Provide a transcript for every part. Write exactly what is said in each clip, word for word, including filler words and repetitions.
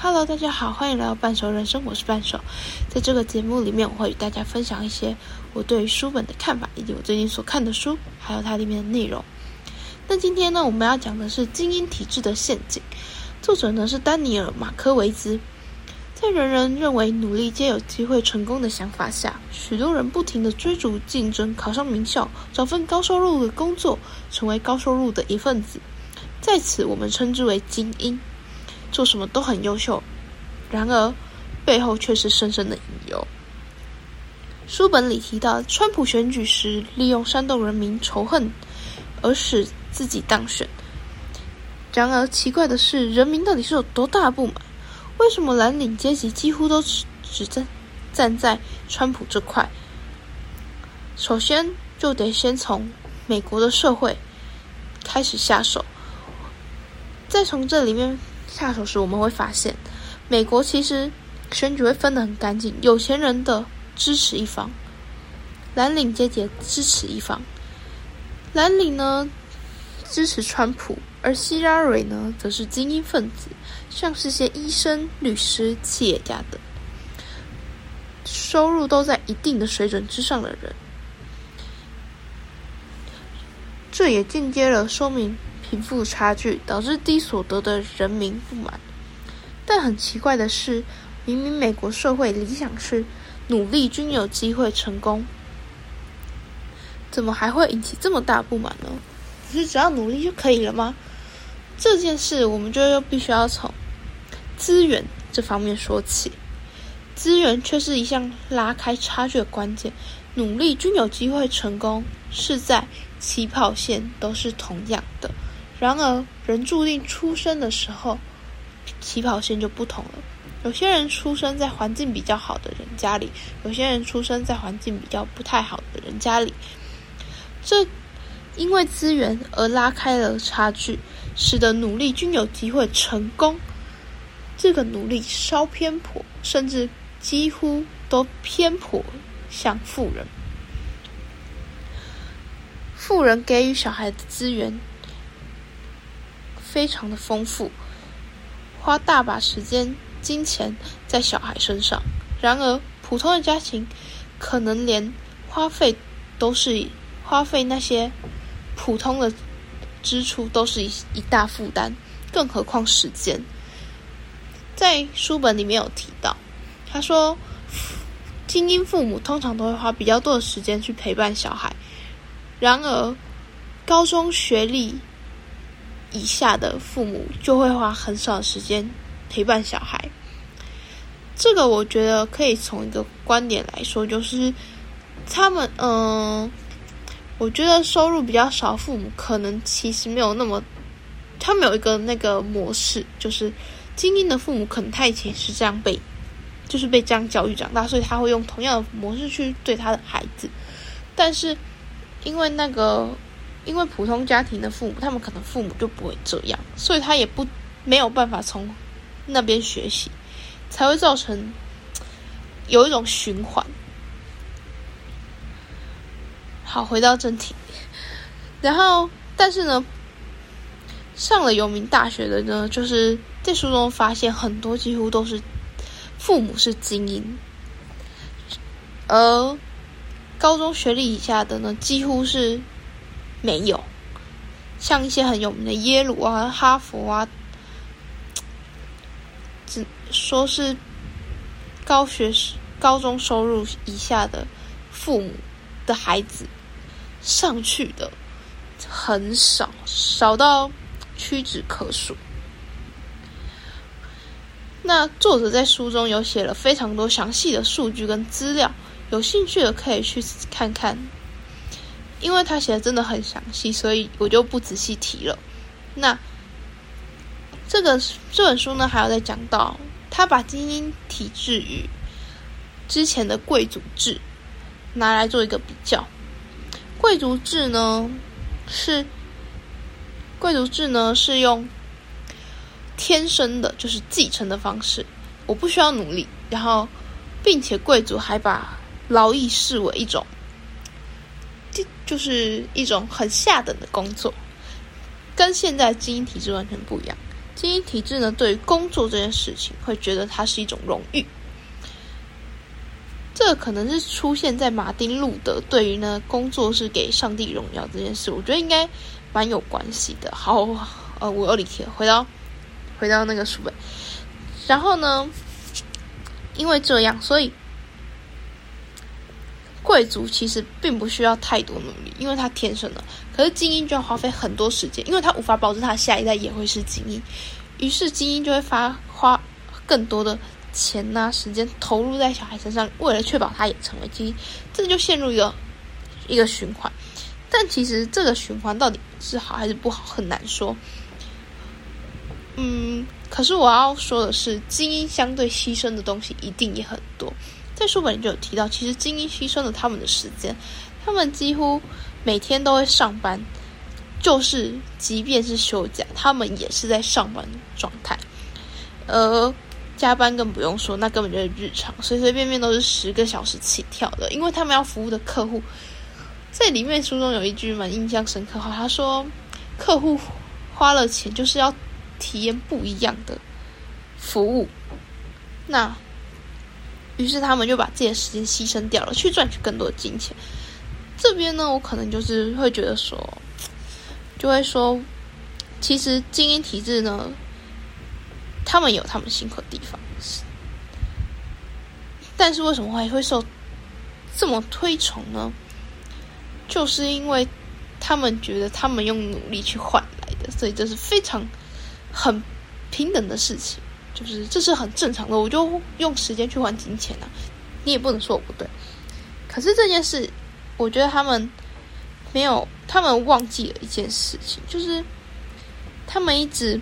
Hello， 大家好，欢迎来到半熟人生，我是半熟。在这个节目里面，我会与大家分享一些我对于书本的看法，以及我最近所看的书，还有它里面的内容。那今天呢，我们要讲的是《精英体制的陷阱》，作者呢是丹尼尔·马科维兹。在人人认为努力皆有机会成功的想法下，许多人不停地追逐竞争，考上名校，找份高收入的工作，成为高收入的一份子。在此，我们称之为精英。做什么都很优秀，然而背后却是深深的隐忧。书本里提到，川普选举时利用煽动人民仇恨而使自己当选。然而奇怪的是，人民到底是有多大不满？为什么蓝领阶级几乎都只只站站在川普这块？首先就得先从美国的社会开始下手，再从这里面下手时，我们会发现，美国其实选举会分得很干净，有钱人的支持一方，蓝领阶级的支持一方。蓝领呢支持川普，而希拉蕊呢则是精英分子，像是些医生、律师、企业家等，收入都在一定的水准之上的人。这也间接了说明贫富差距导致低所得的人民不满。但很奇怪的是，明明美国社会理想是努力均有机会成功，怎么还会引起这么大不满呢？不是只要努力就可以了吗？这件事我们就又必须要从资源这方面说起。资源却是一项拉开差距的关键。努力均有机会成功是在起跑线都是同样的，然而人注定出生的时候起跑线就不同了。有些人出生在环境比较好的人家里，有些人出生在环境比较不太好的人家里。这因为资源而拉开了差距，使得努力均有机会成功。这个努力稍偏颇，甚至几乎都偏颇向富人。富人给予小孩的资源非常的丰富，花大把时间、金钱在小孩身上。然而，普通的家庭可能连花费都是花费那些普通的支出都是一一大负担，更何况时间。在书本里面有提到，他说，精英父母通常都会花比较多的时间去陪伴小孩。然而，高中学历以下的父母就会花很少的时间陪伴小孩。这个我觉得可以从一个观点来说，就是他们，嗯、呃，我觉得收入比较少，父母可能其实没有那么，他们有一个那个模式，就是精英的父母可能他以前是这样被，就是被这样教育长大，所以他会用同样的模式去对他的孩子。但是因为那个，因为普通家庭的父母，他们可能父母就不会这样，所以他也不没有办法从那边学习，才会造成有一种循环。好，回到正题。然后，但是呢，上了有名大学的呢，就是在书中发现很多几乎都是父母是精英，而高中学历以下的呢，几乎是没有。像一些很有名的耶鲁啊、哈佛啊，只说是高学高中收入以下的父母的孩子上去的很少，少到屈指可数。那作者在书中有写了非常多详细的数据跟资料，有兴趣的可以去看看，因为他写的真的很详细，所以我就不仔细提了。那这个这本书呢，还有在讲到他把精英体制与之前的贵族制拿来做一个比较。贵族制呢是贵族制呢是用天生的，就是继承的方式，我不需要努力，然后并且贵族还把劳役视为一种就就是一种很下等的工作，跟现在精英体制完全不一样。 精英体制呢，对于工作这件事情，会觉得它是一种荣誉。这个可能是出现在马丁路德对于呢工作是给上帝荣耀这件事，我觉得应该蛮有关系的。好，呃，我又离题了，回到回到那个书本。然后呢，因为这样，所以贵族其实并不需要太多努力，因为他天生的。可是精英就要花费很多时间，因为他无法保证他下一代也会是精英，于是精英就会发花更多的钱啊时间投入在小孩身上，为了确保他也成为精英，这就陷入一个一个循环。但其实这个循环到底是好还是不好，很难说。嗯，可是我要说的是，精英相对牺牲的东西一定也很多。在书本里就有提到，其实精英牺牲了他们的时间，他们几乎每天都会上班，就是即便是休假，他们也是在上班的状态。呃，加班更不用说，那根本就是日常，随随便便都是十个小时起跳的，因为他们要服务的客户。在里面书中有一句蛮印象深刻的话，他说客户花了钱就是要体验不一样的服务，那于是他们就把自己的时间牺牲掉了，去赚取更多的金钱。这边呢，我可能就是会觉得说，就会说，其实精英体制呢，他们有他们辛苦的地方，但是为什么会会受这么推崇呢？就是因为他们觉得他们用努力去换来的，所以这是非常很平等的事情，就是这是很正常的，我就用时间去换金钱啊，你也不能说我不对。可是这件事，我觉得他们没有，他们忘记了一件事情，就是他们一直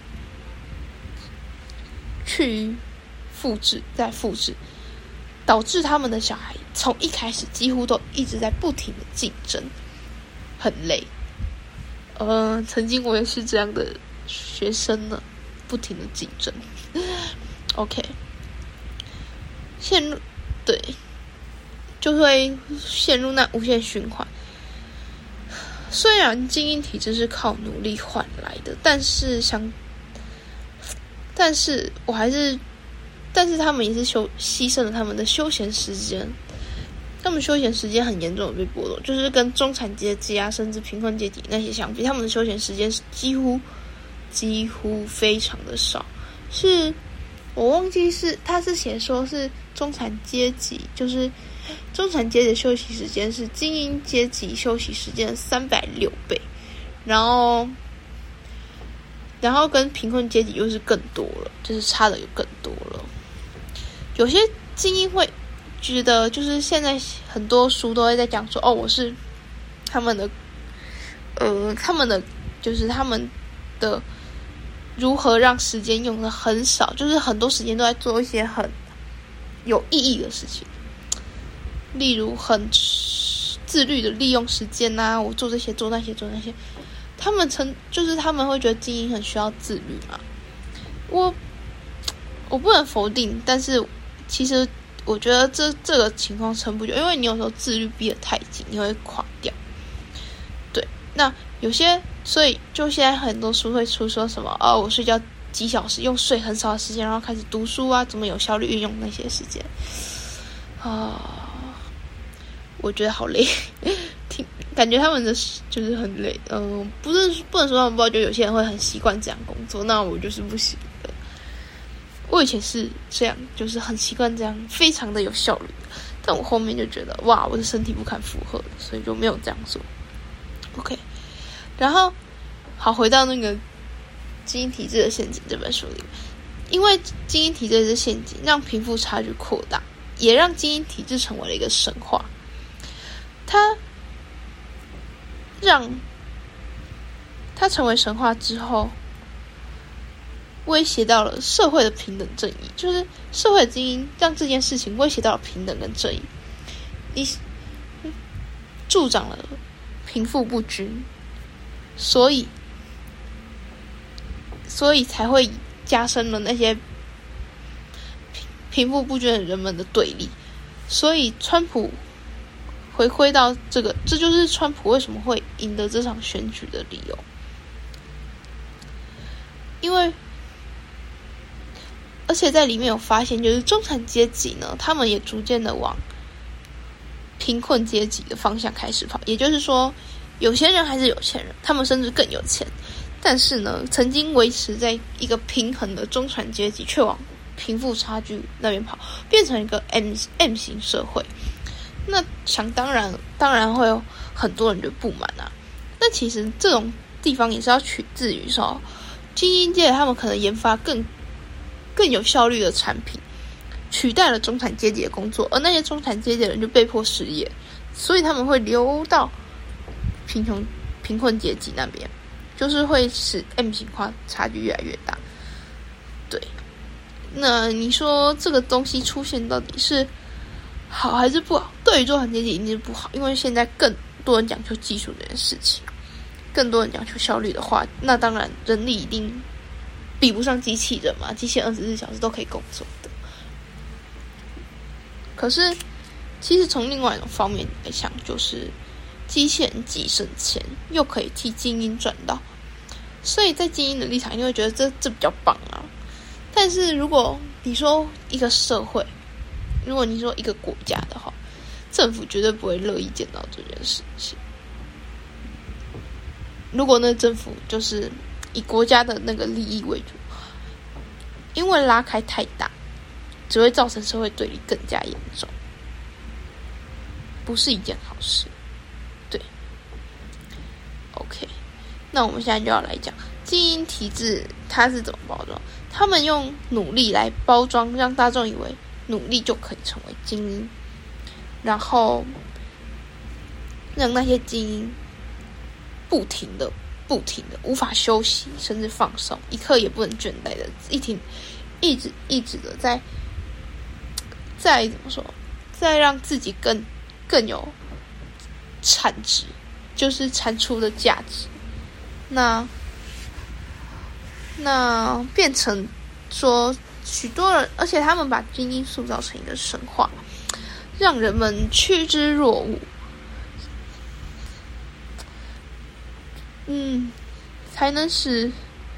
去复制再复制，导致他们的小孩从一开始几乎都一直在不停的竞争，很累。呃，曾经我也是这样的学生呢，不停的竞争。OK， 陷入对，就会陷入那无限循环。虽然精英体制是靠努力换来的，但是想，但是我还是，但是他们也是休牺牲了他们的休闲时间。他们休闲时间很严重的被剥夺，就是跟中产阶级啊，甚至贫困阶级那些相比，他们的休闲时间几乎几乎非常的少。是我忘记是他是写说是中产阶级，就是中产阶级的休息时间是精英阶级休息时间的三百六倍，然后然后跟贫困阶级又是更多了，就是差的有更多了。有些精英会觉得，就是现在很多书都会在讲说，哦，我是他们的，呃，他们的就是他们的如何让时间用的很少，就是很多时间都在做一些很有意义的事情，例如很自律的利用时间啊，我做这些做那些做那些。他们曾就是他们会觉得精英很需要自律嘛，我我不能否定，但是其实我觉得这这个情况撑不久，因为你有时候自律逼得太紧，你会垮掉。对，那有些所以就现在很多书会出说什么哦，我睡觉几小时，用睡很少的时间，然后开始读书啊，怎么有效率运用那些时间啊？我觉得好累，听感觉他们的就是很累。嗯、呃，不是不能说他们不好，就有些人会很习惯这样工作，那我就是不行的。我以前是这样，就是很习惯这样，非常的有效率。但我后面就觉得，哇，我的身体不堪负荷，所以就没有这样做。OK， 然后好，回到那个精英体制的陷阱这本书里，因为精英体制的陷阱让贫富差距扩大，也让精英体制成为了一个神话。它让它成为神话之后，威胁到了社会的平等正义，就是社会的精英让这件事情威胁到了平等跟正义，你助长了贫富不均，所以所以才会加深了那些贫富不均的人们的对立。所以川普回归到这个，这就是川普为什么会赢得这场选举的理由，因为而且在里面有发现，就是中产阶级呢，他们也逐渐的往贫困阶级的方向开始跑。也就是说，有钱人还是有钱人，他们甚至更有钱，但是呢，曾经维持在一个平衡的中产阶级却往贫富差距那边跑，变成一个 M M 型社会。那想当然，当然会有很多人就不满啊。那其实这种地方也是要取自于说，精英界他们可能研发更更有效率的产品，取代了中产阶级的工作，而那些中产阶级的人就被迫失业，所以他们会流到贫穷贫困阶级那边，就是会使 M 型化差距越来越大。对，那你说这个东西出现到底是好还是不好？对于中产阶级一定是不好，因为现在更多人讲究技术这件事情，更多人讲求效率的话，那当然人力一定比不上机器人嘛，机器人二十四小时都可以工作的。可是其实从另外一种方面来讲，就是机器人既省钱又可以替精英赚到，所以在精英的立场，你会觉得这这比较棒啊。但是如果你说一个社会，如果你说一个国家的话，政府绝对不会乐意见到这件事情。如果那政府就是以国家的那个利益为主，因为拉开太大，只会造成社会对立更加严重，不是一件好事。对 ，OK， 那我们现在就要来讲精英体制它是怎么包装。他们用努力来包装，让大众以为努力就可以成为精英，然后让那些精英不停的、不停的无法休息，甚至放松，一刻也不能倦怠的，一停、一直、一直的在、在怎么说，在让自己更更有产值，就是产出的价值。那那变成说许多人，而且他们把精英塑造成一个神话，让人们趋之若鹜。嗯，才能使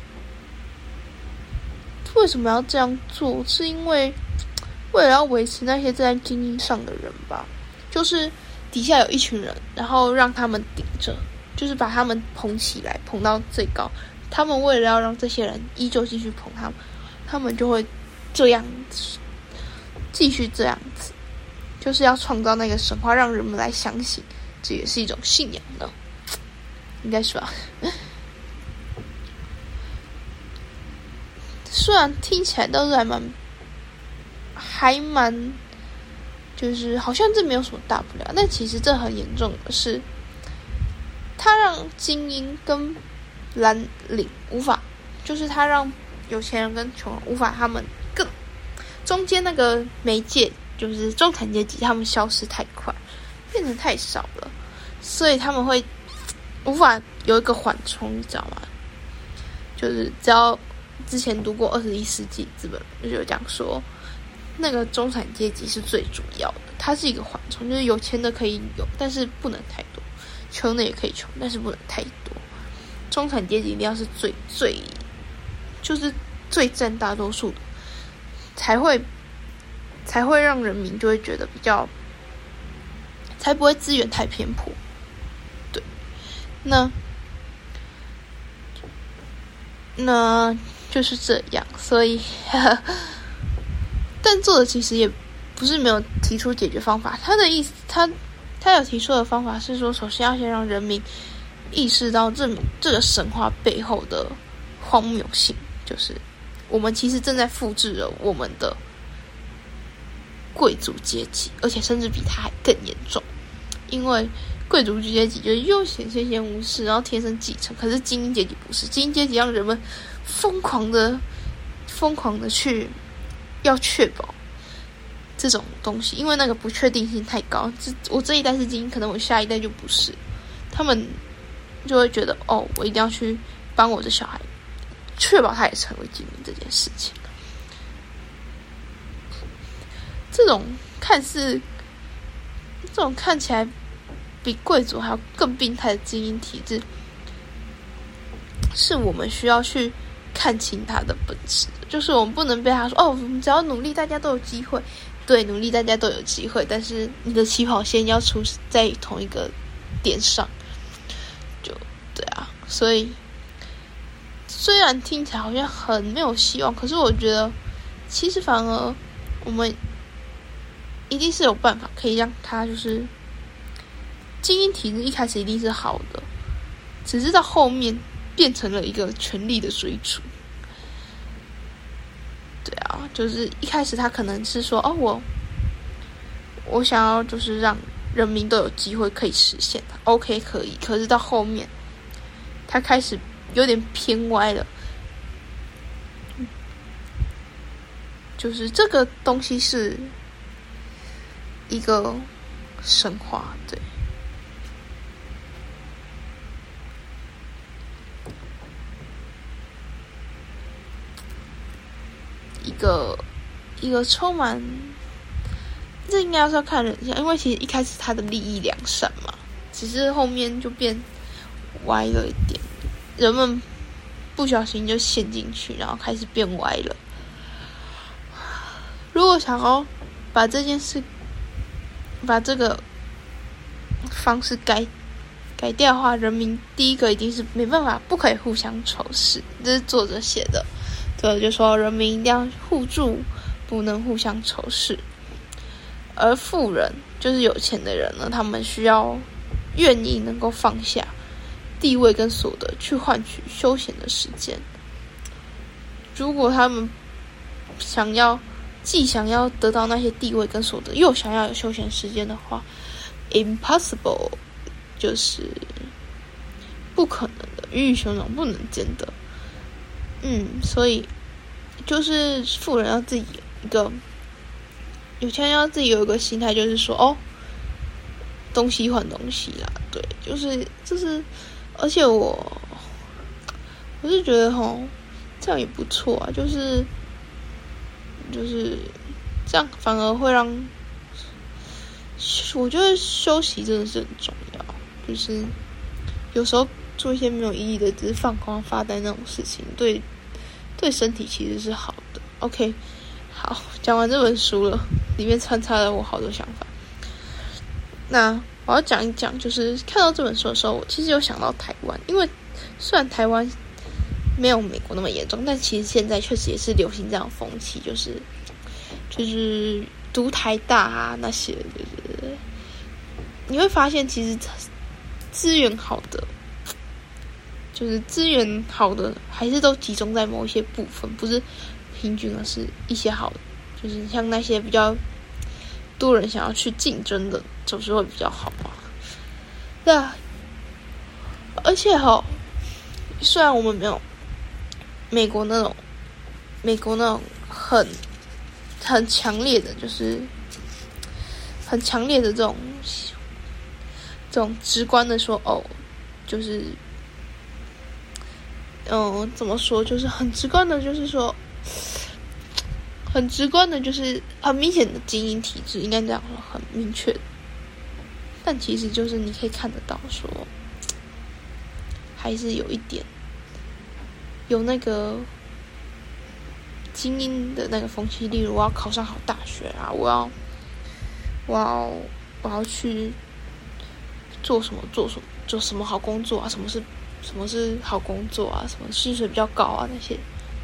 为什么要这样做？是因为为了要维持那些在精英上的人吧，就是底下有一群人，然后让他们顶着，就是把他们捧起来，捧到最高。他们为了要让这些人依旧继续捧他们，他们就会这样子，继续这样子，就是要创造那个神话，让人们来相信，这也是一种信仰呢，应该是吧？虽然听起来倒是还蛮，还蛮，就是好像这没有什么大不了，但其实这很严重的是，它让精英跟蓝领无法，就是他让有钱人跟穷人无法，他们更中间那个媒介就是中产阶级，他们消失太快，变成太少了，所以他们会无法有一个缓冲，你知道吗？就是只要之前读过二十一世纪资本论，就有讲说，那个中产阶级是最主要的，它是一个缓冲，就是有钱的可以有，但是不能太多；穷的也可以穷，但是不能太多。中产阶级一定要是最最，就是最占大多数的，才会才会让人民就会觉得比较，才不会资源太偏颇。对，那那就是这样，所以呵呵，但作者其实也不是没有提出解决方法，他的意思，他他有提出的方法是说，首先要先让人民意识到这这个神话背后的荒谬性，就是我们其实正在复制了我们的贵族阶级，而且甚至比他还更严重。因为贵族阶级就是悠闲闲闲无事，然后天生继承，可是精英阶级不是，精英阶级让人们疯狂的疯狂的去要确保这种东西，因为那个不确定性太高，这我这一代是精英，可能我下一代就不是，他们就会觉得哦，我一定要去帮我的小孩确保他也成为精英这件事情。这种看似这种看起来比贵族还要更病态的精英体制，是我们需要去看清他的本质，就是我们不能被他说哦，我们只要努力，大家都有机会。对，努力大家都有机会，但是你的起跑线要出在同一个点上，就对啊。所以虽然听起来好像很没有希望，可是我觉得其实反而我们一定是有办法可以让他就是精英体制一开始一定是好的，只是到后面变成了一个权力的追逐。对啊，就是一开始他可能是说哦，我我想要就是让人民都有机会可以实现 OK 可以，可是到后面他开始有点偏歪了，就是这个东西是一个神话。对，一个一个充满，这应该是要看人家，因为其实一开始他的利益良善嘛，只是后面就变歪了一点，人们不小心就陷进去，然后开始变歪了。如果想要把这件事，把这个方式改改掉的话，人民第一个一定是没办法，不可以互相仇视，这是作者写的。对，就说人民一定要互助，不能互相仇视。而富人就是有钱的人呢，他们需要愿意能够放下地位跟所得，去换取休闲的时间。如果他们想要既想要得到那些地位跟所得，又想要有休闲时间的话 ，impossible 就是不可能的，鱼与熊掌不能兼得。嗯，所以就是富人要自己有一个，有钱人要自己有一个心态，就是说哦，东西换东西啦。对，就是就是，而且我我是觉得吼，这样也不错啊，就是就是这样反而会让，我觉得休息真的是很重要，就是有时候做一些没有意义的，只是放空发呆那种事情，对对身体其实是好的。OK， 好，讲完这本书了，里面穿插了我好多想法。那我要讲一讲，就是看到这本书的时候，我其实有想到台湾，因为虽然台湾没有美国那么严重，但其实现在确实也是流行这样的风气，就是就是读台大啊那些，就是你会发现其实资源好的，就是资源好的还是都集中在某一些部分，不是平均，而是一些好的，就是像那些比较多人想要去竞争的，就是会比较好嘛。对啊，而且齁，虽然我们没有美国那种美国那种很很强烈的，就是很强烈的这种这种直观的说哦，就是嗯怎么说，就是很直观的，就是说很直观的，就是很明显的精英体制，应该这样说，很明确的。但其实就是你可以看得到说，还是有一点有那个精英的那个风气，例如我要考上好大学啊，我要我要我要去做什么做什么做什么好工作啊，什么是什么是好工作啊，什么薪水比较高啊那些。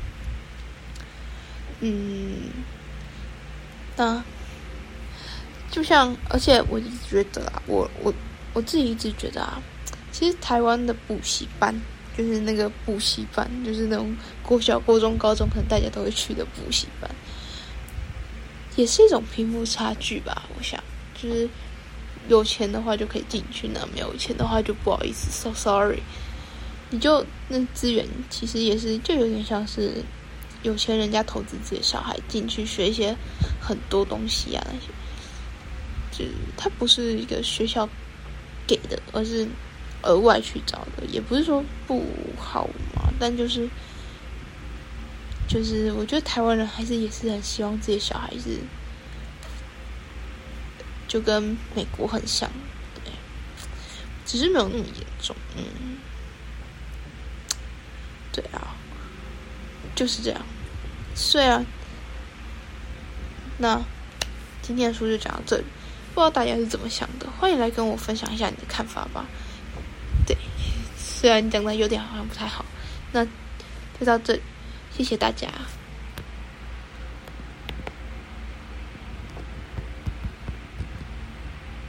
嗯，那就像，而且我一直觉得啊，我我我自己一直觉得啊，其实台湾的补习班，就是那个补习班，就是那种国小、国中、高中可能大家都会去的补习班，也是一种贫富差距吧。我想，就是有钱的话就可以进去，那没有钱的话就不好意思 ，so sorry。你就那资源其实也是，就有点像是有钱人家投资自己的小孩进去学一些很多东西啊，那些。就是它不是一个学校给的，而是额外去找的，也不是说不好嘛，但就是就是我觉得台湾人还是也是很希望自己的小孩子就跟美国很像，对，只是没有那么严重。嗯，对啊， 就是这样。虽然，那今天的书就讲到这里，不知道大家是怎么想的，欢迎来跟我分享一下你的看法吧。对，虽然讲的有点好像不太好，那就到这里，谢谢大家。